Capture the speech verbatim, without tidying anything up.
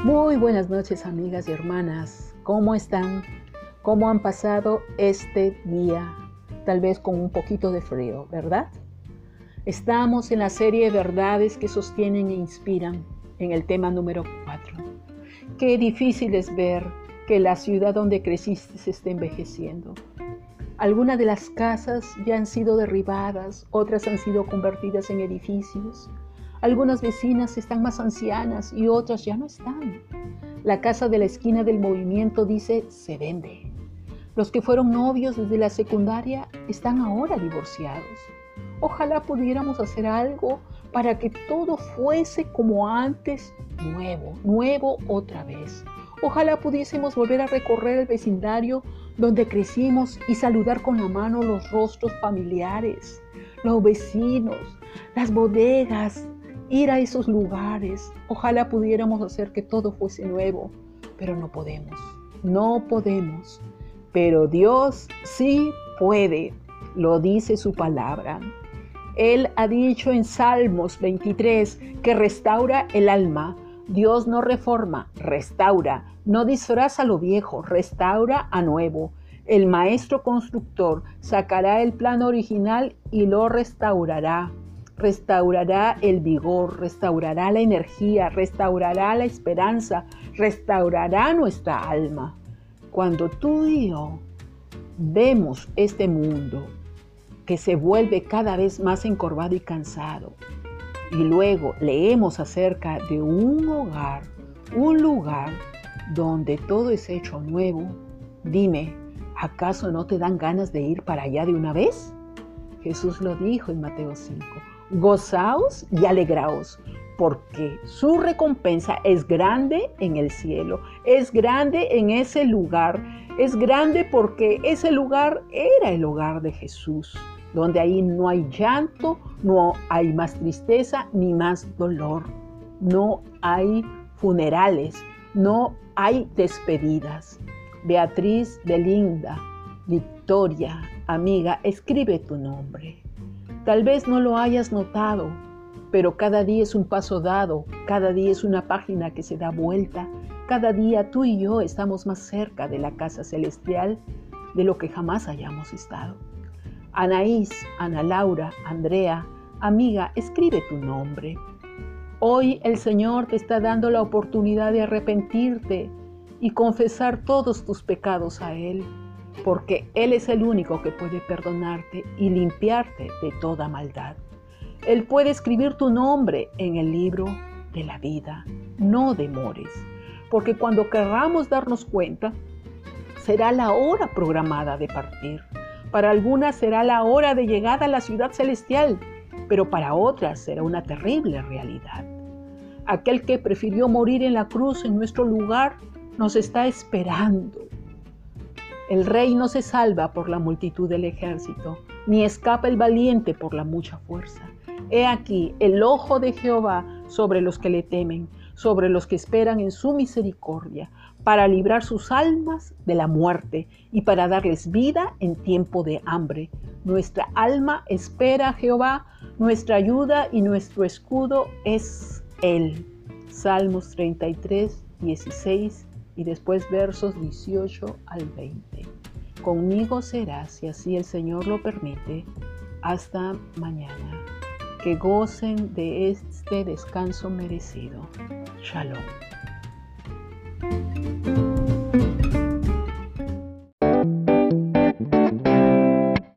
Muy buenas noches, amigas y hermanas. ¿Cómo están? ¿Cómo han pasado este día? Tal vez con un poquito de frío, ¿verdad? Estamos en la serie de verdades que sostienen e inspiran en el tema número cuatro. Qué difícil es ver que la ciudad donde creciste se esté envejeciendo. Algunas de las casas ya han sido derribadas, otras han sido convertidas en edificios. Algunas vecinas están más ancianas y otras ya no están. La casa de la esquina del movimiento dice se vende. Los que fueron novios desde la secundaria están ahora divorciados. Ojalá pudiéramos hacer algo para que todo fuese como antes, nuevo, nuevo otra vez. Ojalá pudiésemos volver a recorrer el vecindario donde crecimos y saludar con la mano los rostros familiares, los vecinos, las bodegas, ir a esos lugares. Ojalá pudiéramos hacer que todo fuese nuevo, pero no podemos, no podemos. Pero Dios sí puede, lo dice su palabra. Él ha dicho en Salmos veintitrés que restaura el alma. Dios no reforma, restaura, no disfraza lo viejo, restaura a nuevo. El maestro constructor sacará el plano original y lo restaurará. Restaurará el vigor, restaurará la energía, restaurará la esperanza, restaurará nuestra alma. Cuando tú y yo vemos este mundo que se vuelve cada vez más encorvado y cansado, y luego leemos acerca de un hogar, un lugar donde todo es hecho nuevo, dime, ¿acaso no te dan ganas de ir para allá de una vez? Jesús lo dijo en Mateo cinco. Gozaos y alegraos, porque su recompensa es grande en el cielo, es grande en ese lugar, es grande porque ese lugar era el hogar de Jesús, donde ahí no hay llanto, no hay más tristeza ni más dolor, no hay funerales, no hay despedidas. Beatriz, Belinda, Victoria, amiga, escribe tu nombre. Tal vez no lo hayas notado, pero cada día es un paso dado, cada día es una página que se da vuelta, cada día tú y yo estamos más cerca de la casa celestial de lo que jamás hayamos estado. Anaís, Ana Laura, Andrea, amiga, escribe tu nombre. Hoy el Señor te está dando la oportunidad de arrepentirte y confesar todos tus pecados a Él, porque Él es el único que puede perdonarte y limpiarte de toda maldad. Él puede escribir tu nombre en el libro de la vida. No demores, porque cuando querramos darnos cuenta, será la hora programada de partir. Para algunas será la hora de llegada a la ciudad celestial, pero para otras será una terrible realidad. Aquel que prefirió morir en la cruz en nuestro lugar nos está esperando. El rey no se salva por la multitud del ejército, ni escapa el valiente por la mucha fuerza. He aquí el ojo de Jehová sobre los que le temen, sobre los que esperan en su misericordia, para librar sus almas de la muerte y para darles vida en tiempo de hambre. Nuestra alma espera a Jehová, nuestra ayuda y nuestro escudo es Él. Salmos treinta y tres, dieciséis y después versos dieciocho al veinte. Conmigo será, si así el Señor lo permite, hasta mañana. Que gocen de este descanso merecido. Shalom.